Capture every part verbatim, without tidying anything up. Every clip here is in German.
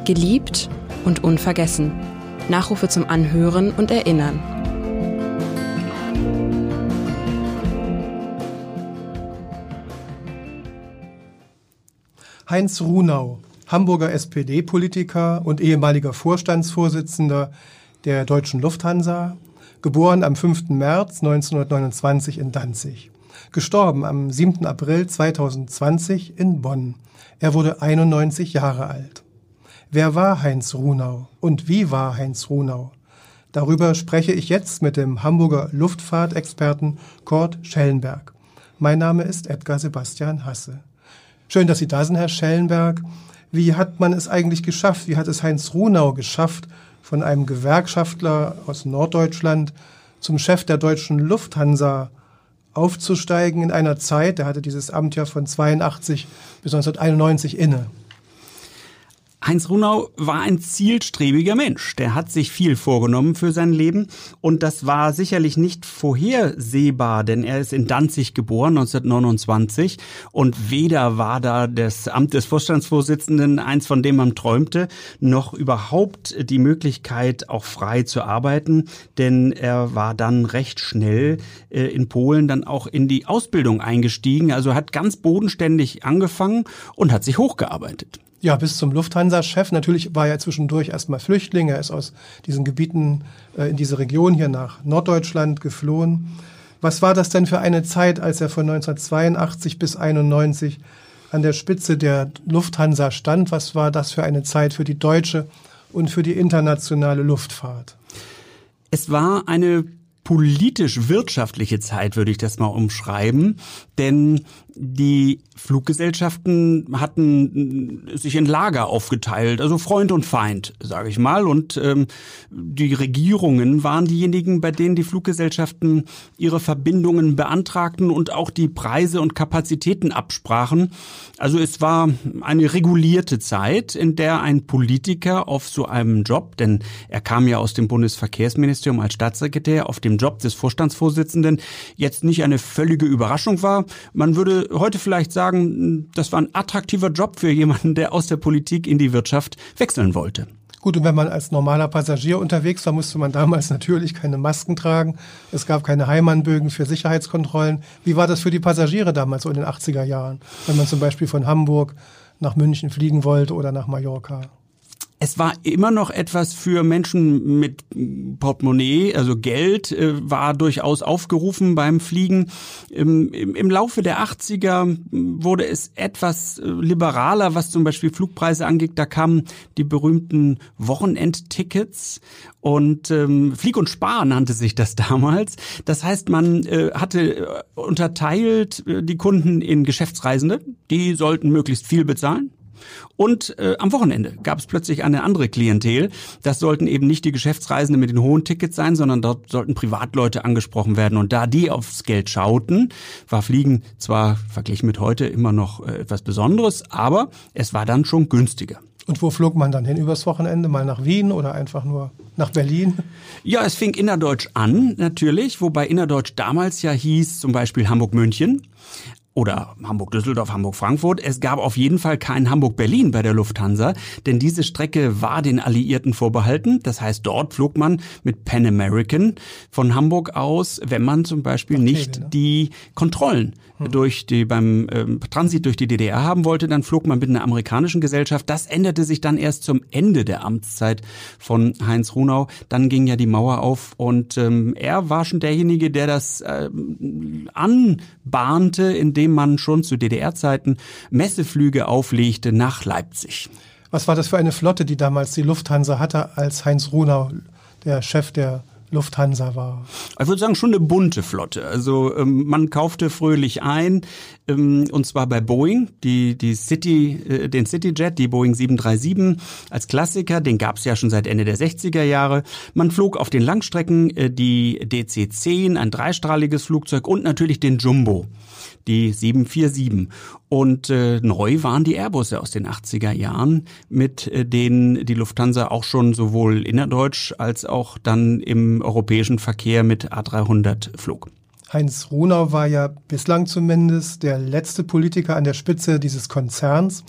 Geliebt und unvergessen. Nachrufe zum Anhören und Erinnern. Heinz Runau, Hamburger S P D-Politiker und ehemaliger Vorstandsvorsitzender der Deutschen Lufthansa, geboren am fünften März neunzehnhundertneunundzwanzig in Danzig, gestorben am siebten April zweitausendzwanzig in Bonn. Er wurde einundneunzig Jahre alt. Wer war Heinz Runau und wie war Heinz Runau? Darüber spreche ich jetzt mit dem Hamburger Luftfahrtexperten Kurt Schellenberg. Mein Name ist Edgar Sebastian Hasse. Schön, dass Sie da sind, Herr Schellenberg. Wie hat man es eigentlich geschafft? Wie hat es Heinz Runau geschafft, von einem Gewerkschaftler aus Norddeutschland zum Chef der Deutschen Lufthansa aufzusteigen in einer Zeit, der hatte dieses Amt ja von zweiundachtzig bis neunzehnhunderteinundneunzig inne? Heinz Runau war ein zielstrebiger Mensch. Der hat sich viel vorgenommen für sein Leben und das war sicherlich nicht vorhersehbar, denn er ist in Danzig geboren, neunzehnhundertneunundzwanzig, und weder war da das Amt des Vorstandsvorsitzenden eins, von dem man träumte, noch überhaupt die Möglichkeit, auch frei zu arbeiten, denn er war dann recht schnell äh, in Polen dann auch in die Ausbildung eingestiegen, also hat ganz bodenständig angefangen und hat sich hochgearbeitet. Ja, bis zum Lufthansa-Chef. Natürlich war er zwischendurch erstmal Flüchtling. Er ist aus diesen Gebieten äh, in diese Region hier nach Norddeutschland geflohen. Was war das denn für eine Zeit, als er von neunzehnhundertzweiundachtzig bis einundneunzig an der Spitze der Lufthansa stand? Was war das für eine Zeit für die deutsche und für die internationale Luftfahrt? Es war eine politisch-wirtschaftliche Zeit, würde ich das mal umschreiben, denn die Fluggesellschaften hatten sich in Lager aufgeteilt, also Freund und Feind, sage ich mal, und ähm, die Regierungen waren diejenigen, bei denen die Fluggesellschaften ihre Verbindungen beantragten und auch die Preise und Kapazitäten absprachen. Also es war eine regulierte Zeit, in der ein Politiker auf so einem Job, denn er kam ja aus dem Bundesverkehrsministerium als Staatssekretär, auf dem Job des Vorstandsvorsitzenden jetzt nicht eine völlige Überraschung war. Man würde heute vielleicht sagen, das war ein attraktiver Job für jemanden, der aus der Politik in die Wirtschaft wechseln wollte. Gut, und wenn man als normaler Passagier unterwegs war, musste man damals natürlich keine Masken tragen. Es gab keine Heimannbögen für Sicherheitskontrollen. Wie war das für die Passagiere damals so in den achtziger Jahren, wenn man zum Beispiel von Hamburg nach München fliegen wollte oder nach Mallorca? Es war immer noch etwas für Menschen mit Portemonnaie, also Geld, äh, war durchaus aufgerufen beim Fliegen. Im, im, im Laufe der achtziger wurde es etwas liberaler, was zum Beispiel Flugpreise angeht. Da kamen die berühmten Wochenendtickets und ähm, Flieg und Spar nannte sich das damals. Das heißt, man äh, hatte unterteilt äh, die Kunden in Geschäftsreisende, die sollten möglichst viel bezahlen. Und äh, am Wochenende gab es plötzlich eine andere Klientel. Das sollten eben nicht die Geschäftsreisenden mit den hohen Tickets sein, sondern dort sollten Privatleute angesprochen werden. Und da die aufs Geld schauten, war Fliegen zwar verglichen mit heute immer noch äh, etwas Besonderes, aber es war dann schon günstiger. Und wo flog man dann hin übers Wochenende? Mal nach Wien oder einfach nur nach Berlin? Ja, es fing innerdeutsch an natürlich, wobei innerdeutsch damals ja hieß zum Beispiel Hamburg-München. Oder Hamburg-Düsseldorf, Hamburg-Frankfurt. Es gab auf jeden Fall kein Hamburg-Berlin bei der Lufthansa, denn diese Strecke war den Alliierten vorbehalten. Das heißt, dort flog man mit Pan American von Hamburg aus, wenn man zum Beispiel okay, nicht ne? die Kontrollen hm. durch die beim ähm, Transit durch die D D R haben wollte, dann flog man mit einer amerikanischen Gesellschaft. Das änderte sich dann erst zum Ende der Amtszeit von Heinz Runau. Dann ging ja die Mauer auf und ähm, er war schon derjenige, der das ähm, anbahnte, indem man schon zu D D R-Zeiten Messeflüge auflegte nach Leipzig. Was war das für eine Flotte, die damals die Lufthansa hatte, als Heinz Runau der Chef der Lufthansa war? Ich würde sagen, schon eine bunte Flotte. Also ähm, man kaufte fröhlich ein, ähm, und zwar bei Boeing, die die City, äh, den Cityjet, die Boeing sieben drei sieben als Klassiker, den gab es ja schon seit Ende der sechziger Jahre. Man flog auf den Langstrecken äh, die D C zehn, ein dreistrahliges Flugzeug, und natürlich den Jumbo, die sieben vier sieben. Und äh, neu waren die Airbusse aus den achtziger Jahren, mit äh, denen die Lufthansa auch schon sowohl innerdeutsch als auch dann im europäischen Verkehr mit A dreihundert flog. Heinz Runau war ja bislang zumindest der letzte Politiker an der Spitze dieses Konzerns.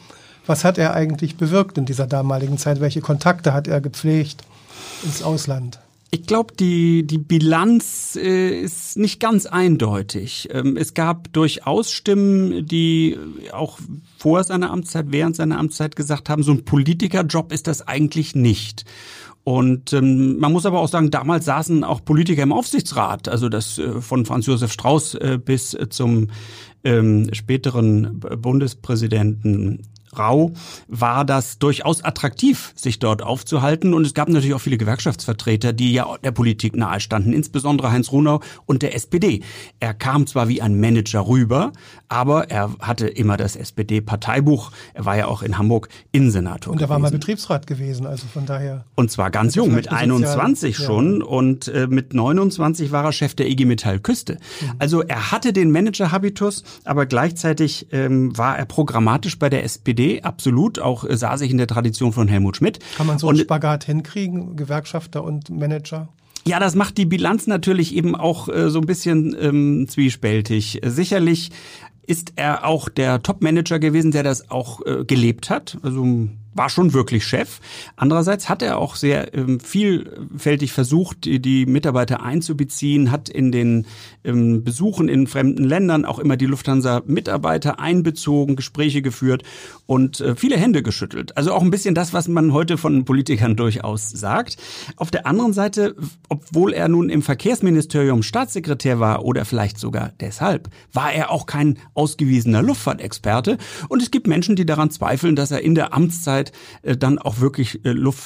Was hat er eigentlich bewirkt in dieser damaligen Zeit? Welche Kontakte hat er gepflegt ins Ausland? Ich glaube, die, die Bilanz äh, ist nicht ganz eindeutig. Ähm, es gab durchaus Stimmen, die auch vor seiner Amtszeit, während seiner Amtszeit gesagt haben, so ein Politikerjob ist das eigentlich nicht. Und ähm, man muss aber auch sagen, damals saßen auch Politiker im Aufsichtsrat, also das äh, von Franz Josef Strauß äh, bis äh, zum ähm, späteren Bundespräsidenten Rau war das durchaus attraktiv, sich dort aufzuhalten. Und es gab natürlich auch viele Gewerkschaftsvertreter, die ja der Politik nahestanden, insbesondere Heinz Runau und der S P D. Er kam zwar wie ein Manager rüber, aber er hatte immer das S P D-Parteibuch. Er war ja auch in Hamburg Innensenator Und er gewesen. war mal Betriebsrat gewesen, also von daher. Und zwar ganz jung, mit einundzwanzig schon. Ja. Und äh, mit neunundzwanzig war er Chef der I G Metall Küste. Mhm. Also er hatte den Manager-Habitus, aber gleichzeitig ähm, war er programmatisch bei der S P D. Absolut, auch äh, sah sich in der Tradition von Helmut Schmidt. Kann man so einen Spagat hinkriegen, Gewerkschafter und Manager? Ja, das macht die Bilanz natürlich eben auch äh, so ein bisschen ähm, zwiespältig. Äh, sicherlich ist er auch der Top-Manager gewesen, der das auch äh, gelebt hat. Also war schon wirklich Chef. Andererseits hat er auch sehr ähm, vielfältig versucht, die, die Mitarbeiter einzubeziehen, hat in den ähm, Besuchen in fremden Ländern auch immer die Lufthansa-Mitarbeiter einbezogen, Gespräche geführt und äh, viele Hände geschüttelt. Also auch ein bisschen das, was man heute von Politikern durchaus sagt. Auf der anderen Seite, obwohl er nun im Verkehrsministerium Staatssekretär war oder vielleicht sogar deshalb, war er auch kein ausgewiesener Luftfahrtexperte. Und es gibt Menschen, die daran zweifeln, dass er in der Amtszeit dann auch wirklich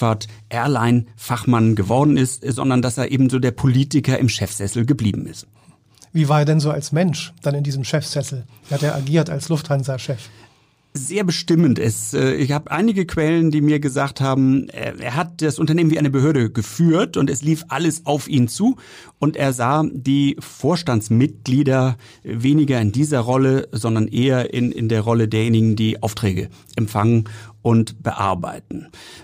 Luftfahrt-Airline-Fachmann geworden ist, sondern dass er eben so der Politiker im Chefsessel geblieben ist. Wie war er denn so als Mensch dann in diesem Chefsessel? Wie hat er agiert als Lufthansa-Chef? Sehr bestimmend ist. Ich habe einige Quellen, die mir gesagt haben, er hat das Unternehmen wie eine Behörde geführt und es lief alles auf ihn zu und er sah die Vorstandsmitglieder weniger in dieser Rolle, sondern eher in, in der Rolle derjenigen, die Aufträge empfangen und bearbeiten.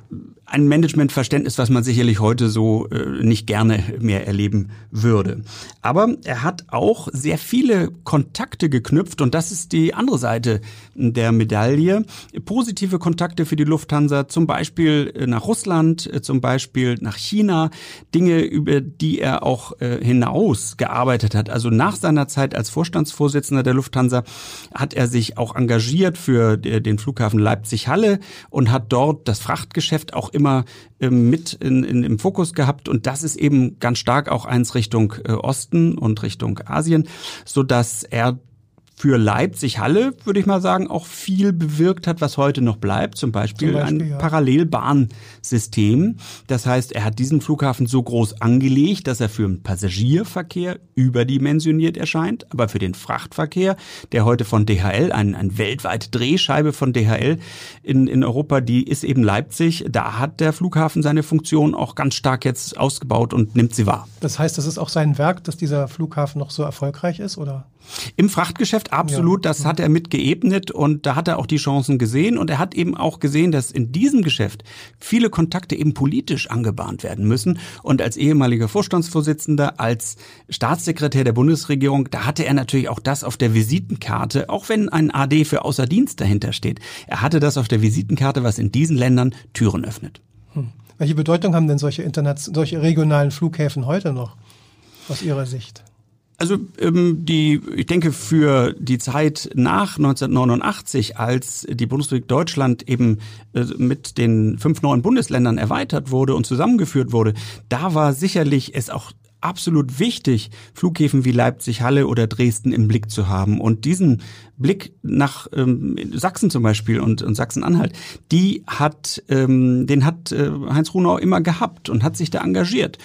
Ein Managementverständnis, was man sicherlich heute so äh, nicht gerne mehr erleben würde. Aber er hat auch sehr viele Kontakte geknüpft und das ist die andere Seite der Medaille. Positive Kontakte für die Lufthansa, zum Beispiel nach Russland, zum Beispiel nach China, Dinge, über die er auch äh, hinaus gearbeitet hat. Also nach seiner Zeit als Vorstandsvorsitzender der Lufthansa hat er sich auch engagiert für den Flughafen Leipzig-Halle und hat dort das Frachtgeschäft auch immer ähm, mit in, in, im Fokus gehabt. Und das ist eben ganz stark auch eins Richtung äh, Osten und Richtung Asien, sodass er für Leipzig-Halle, würde ich mal sagen, auch viel bewirkt hat, was heute noch bleibt. Zum Beispiel, Zum Beispiel ein ja. Parallelbahnsystem. Das heißt, er hat diesen Flughafen so groß angelegt, dass er für den Passagierverkehr überdimensioniert erscheint. Aber für den Frachtverkehr, der heute von D H L, ein, ein weltweite Drehscheibe von D H L in, in Europa, die ist eben Leipzig. Da hat der Flughafen seine Funktion auch ganz stark jetzt ausgebaut und nimmt sie wahr. Das heißt, das ist auch sein Werk, dass dieser Flughafen noch so erfolgreich ist, oder? Im Frachtgeschäft absolut, ja. Das hat er mit geebnet und da hat er auch die Chancen gesehen und er hat eben auch gesehen, dass in diesem Geschäft viele Kontakte eben politisch angebahnt werden müssen und als ehemaliger Vorstandsvorsitzender, als Staatssekretär der Bundesregierung, da hatte er natürlich auch das auf der Visitenkarte, auch wenn ein A D für außer Dienst dahinter steht. Er hatte das auf der Visitenkarte, was in diesen Ländern Türen öffnet. Hm. Welche Bedeutung haben denn solche, Internet- solche regionalen Flughäfen heute noch aus Ihrer Sicht? Also ähm, die, ich denke für die Zeit nach neunzehnhundertneunundachtzig, als die Bundesrepublik Deutschland eben äh, mit den fünf neuen Bundesländern erweitert wurde und zusammengeführt wurde, da war sicherlich es auch absolut wichtig, Flughäfen wie Leipzig-Halle oder Dresden im Blick zu haben. Und diesen Blick nach ähm, Sachsen zum Beispiel und, und Sachsen-Anhalt, die hat, ähm, den hat äh, Heinz Runau immer gehabt und hat sich da engagiert.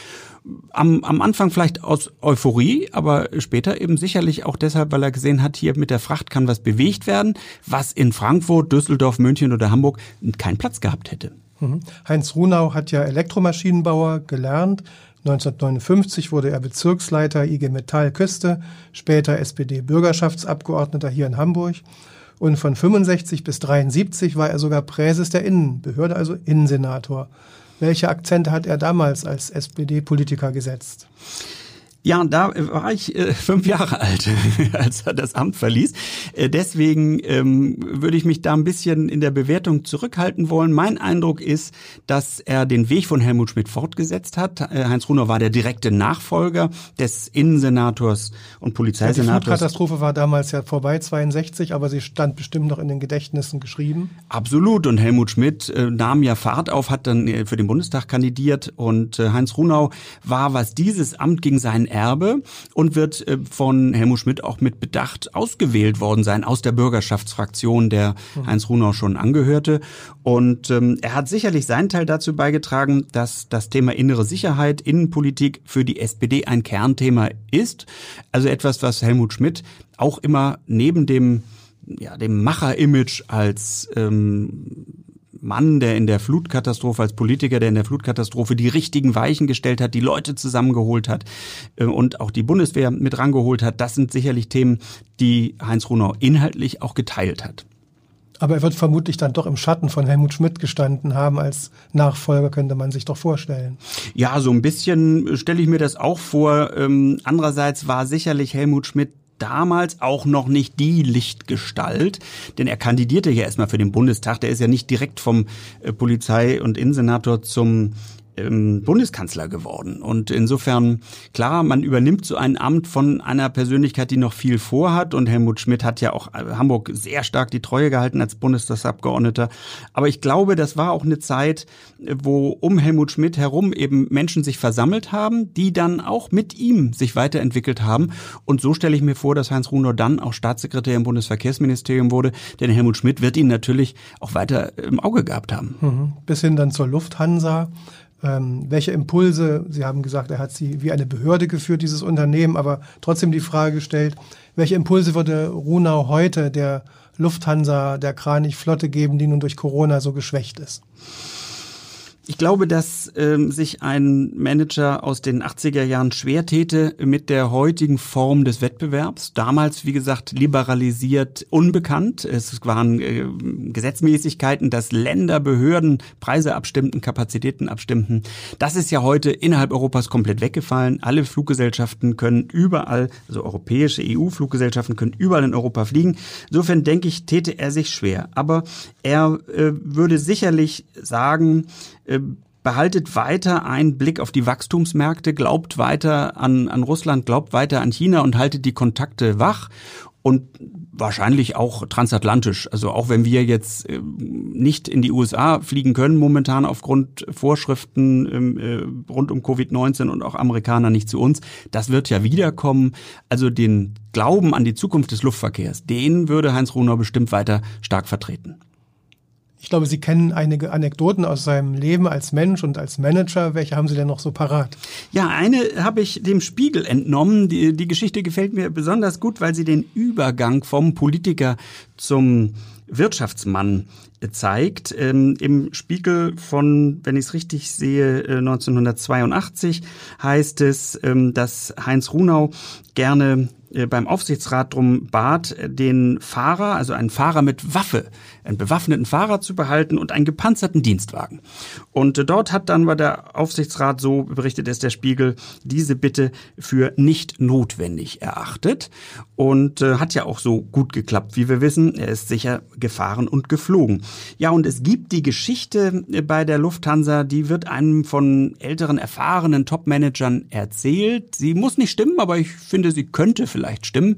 Am, am Anfang vielleicht aus Euphorie, aber später eben sicherlich auch deshalb, weil er gesehen hat, hier mit der Fracht kann was bewegt werden, was in Frankfurt, Düsseldorf, München oder Hamburg keinen Platz gehabt hätte. Heinz Runau hat ja Elektromaschinenbauer gelernt. neunzehnhundertneunundfünfzig wurde er Bezirksleiter I G Metall Küste, später S P D-Bürgerschaftsabgeordneter hier in Hamburg. Und von fünfundsechzig bis dreiundsiebzig war er sogar Präses der Innenbehörde, also Innensenator. Welche Akzente hat er damals als S P D-Politiker gesetzt? Ja, da war ich äh, fünf Jahre alt, als er das Amt verließ. Äh, deswegen ähm, würde ich mich da ein bisschen in der Bewertung zurückhalten wollen. Mein Eindruck ist, dass er den Weg von Helmut Schmidt fortgesetzt hat. Äh, Heinz Runau war der direkte Nachfolger des Innensenators und Polizeisenators. Ja, die Flutkatastrophe war damals ja vorbei, zweiundsechzig, aber sie stand bestimmt noch in den Gedächtnissen geschrieben. Absolut. Und Helmut Schmidt äh, nahm ja Fahrt auf, hat dann äh, für den Bundestag kandidiert. Und äh, Heinz Runau war, was dieses Amt gegen seinen Erbe und wird äh, von Helmut Schmidt auch mit Bedacht ausgewählt worden sein aus der Bürgerschaftsfraktion, der mhm. Heinz Runau schon angehörte. Und ähm, er hat sicherlich seinen Teil dazu beigetragen, dass das Thema innere Sicherheit, Innenpolitik für die S P D ein Kernthema ist. Also etwas, was Helmut Schmidt auch immer neben dem, ja, dem Macher-Image als ähm, Mann, der in der Flutkatastrophe, als Politiker, der in der Flutkatastrophe die richtigen Weichen gestellt hat, die Leute zusammengeholt hat äh, und auch die Bundeswehr mit rangeholt hat, das sind sicherlich Themen, die Heinz Runau inhaltlich auch geteilt hat. Aber er wird vermutlich dann doch im Schatten von Helmut Schmidt gestanden haben. Als Nachfolger könnte man sich doch vorstellen. Ja, so ein bisschen stelle ich mir das auch vor. Ähm, andererseits war sicherlich Helmut Schmidt damals auch noch nicht die Lichtgestalt, denn er kandidierte ja erstmal für den Bundestag. Der ist ja nicht direkt vom äh, Polizei- und Innensenator zum ähm, Bundeskanzler geworden. Und insofern, klar, man übernimmt so ein Amt von einer Persönlichkeit, die noch viel vorhat. Und Helmut Schmidt hat ja auch Hamburg sehr stark die Treue gehalten als Bundestagsabgeordneter. Aber ich glaube, das war auch eine Zeit, wo um Helmut Schmidt herum eben Menschen sich versammelt haben, die dann auch mit ihm sich weiterentwickelt haben. Und so stelle ich mir vor, dass Heinz Runau dann auch Staatssekretär im Bundesverkehrsministerium wurde. Denn Helmut Schmidt wird ihn natürlich auch weiter im Auge gehabt haben. Mhm. Bis hin dann zur Lufthansa. Ähm, welche Impulse, Sie haben gesagt, er hat sie wie eine Behörde geführt, dieses Unternehmen, aber trotzdem die Frage gestellt, welche Impulse würde Runau heute der Lufthansa, der Kranich-Flotte geben, die nun durch Corona so geschwächt ist? Ich glaube, dass ähm, sich ein Manager aus den achtziger Jahren schwer täte mit der heutigen Form des Wettbewerbs. Damals, wie gesagt, liberalisiert, unbekannt. Es waren äh, Gesetzmäßigkeiten, dass Länder, Behörden Preise abstimmten, Kapazitäten abstimmten. Das ist ja heute innerhalb Europas komplett weggefallen. Alle Fluggesellschaften können überall, also europäische E U-Fluggesellschaften können überall in Europa fliegen. Insofern denke ich, täte er sich schwer. Aber er äh, würde sicherlich sagen, behaltet weiter einen Blick auf die Wachstumsmärkte, glaubt weiter an, an Russland, glaubt weiter an China und haltet die Kontakte wach und wahrscheinlich auch transatlantisch. Also auch wenn wir jetzt äh, nicht in die U S A fliegen können, momentan aufgrund Vorschriften äh, rund um Covid neunzehn und auch Amerikaner nicht zu uns, das wird ja wiederkommen. Also den Glauben an die Zukunft des Luftverkehrs, den würde Heinz Runau bestimmt weiter stark vertreten. Ich glaube, Sie kennen einige Anekdoten aus seinem Leben als Mensch und als Manager. Welche haben Sie denn noch so parat? Ja, eine habe ich dem Spiegel entnommen. Die, die Geschichte gefällt mir besonders gut, weil sie den Übergang vom Politiker zum Wirtschaftsmann zeigt. Ähm, Im Spiegel von, wenn ich es richtig sehe, äh, neunzehnhundertzweiundachtzig heißt es, ähm, dass Heinz Runau gerne äh, beim Aufsichtsrat drum bat, den Fahrer, also einen Fahrer mit Waffe, einen bewaffneten Fahrer zu behalten und einen gepanzerten Dienstwagen. Und äh, dort hat dann war der Aufsichtsrat, so berichtet es der Spiegel, diese Bitte für nicht notwendig erachtet und äh, hat ja auch so gut geklappt, wie wir wissen. Er ist sicher gefahren und geflogen. Ja, und es gibt die Geschichte bei der Lufthansa, die wird einem von älteren, erfahrenen Top-Managern erzählt. Sie muss nicht stimmen, aber ich finde, sie könnte vielleicht stimmen.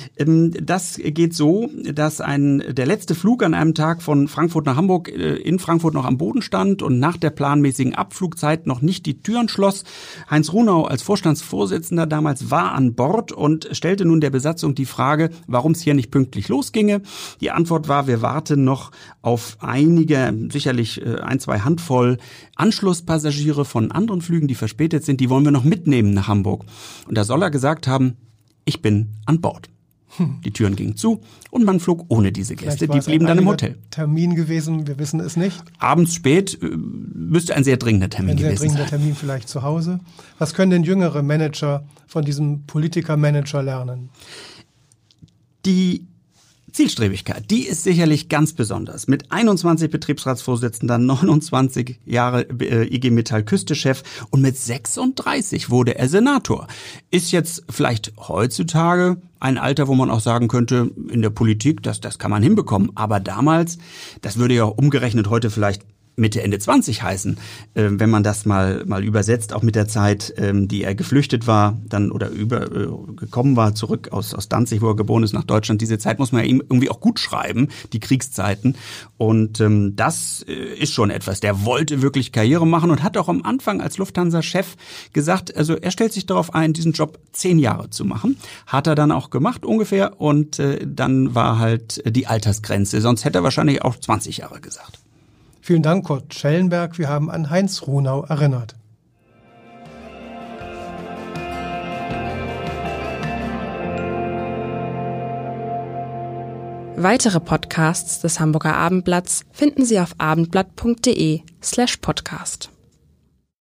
Das geht so, dass ein der letzte Flug an einem Tag von Frankfurt nach Hamburg in Frankfurt noch am Boden stand und nach der planmäßigen Abflugzeit noch nicht die Türen schloss. Heinz Runau als Vorstandsvorsitzender damals war an Bord und stellte nun der Besatzung die Frage, warum es hier nicht pünktlich losginge. Die Antwort war, wir warten noch auf einige, sicherlich ein, zwei Handvoll Anschlusspassagiere von anderen Flügen, die verspätet sind, die wollen wir noch mitnehmen nach Hamburg. Und da soll er gesagt haben, ich bin an Bord. Hm. Die Türen gingen zu und man flog ohne diese Gäste. Die blieben dann im Hotel. Termin gewesen, wir wissen es nicht. Abends spät äh, müsste ein sehr dringender Termin gewesen sein. Ein sehr dringender Termin vielleicht zu Hause. Was können denn jüngere Manager von diesem Politiker-Manager lernen? Die Zielstrebigkeit, die ist sicherlich ganz besonders. Mit einundzwanzig Betriebsratsvorsitzender, neunundzwanzig Jahre äh, I G Metall Küste-Chef und mit sechsunddreißig wurde er Senator. Ist jetzt vielleicht heutzutage ein Alter, wo man auch sagen könnte, in der Politik, das, das kann man hinbekommen. Aber damals, das würde ja umgerechnet heute vielleicht Mitte, Ende zwanzig heißen, äh, wenn man das mal mal übersetzt, auch mit der Zeit, ähm, die er geflüchtet war, dann oder über äh, gekommen war, zurück aus aus Danzig, wo er geboren ist, nach Deutschland. Diese Zeit muss man ja ihm irgendwie auch gut schreiben, die Kriegszeiten. Und ähm, das äh, ist schon etwas. Der wollte wirklich Karriere machen und hat auch am Anfang als Lufthansa-Chef gesagt, also er stellt sich darauf ein, diesen Job zehn Jahre zu machen. Hat er dann auch gemacht ungefähr und äh, dann war halt die Altersgrenze. Sonst hätte er wahrscheinlich auch zwanzig Jahre gesagt. Vielen Dank, Kurt Schellenberg. Wir haben an Heinz Runau erinnert. Weitere Podcasts des Hamburger Abendblatts finden Sie auf abendblatt punkt de slash podcast.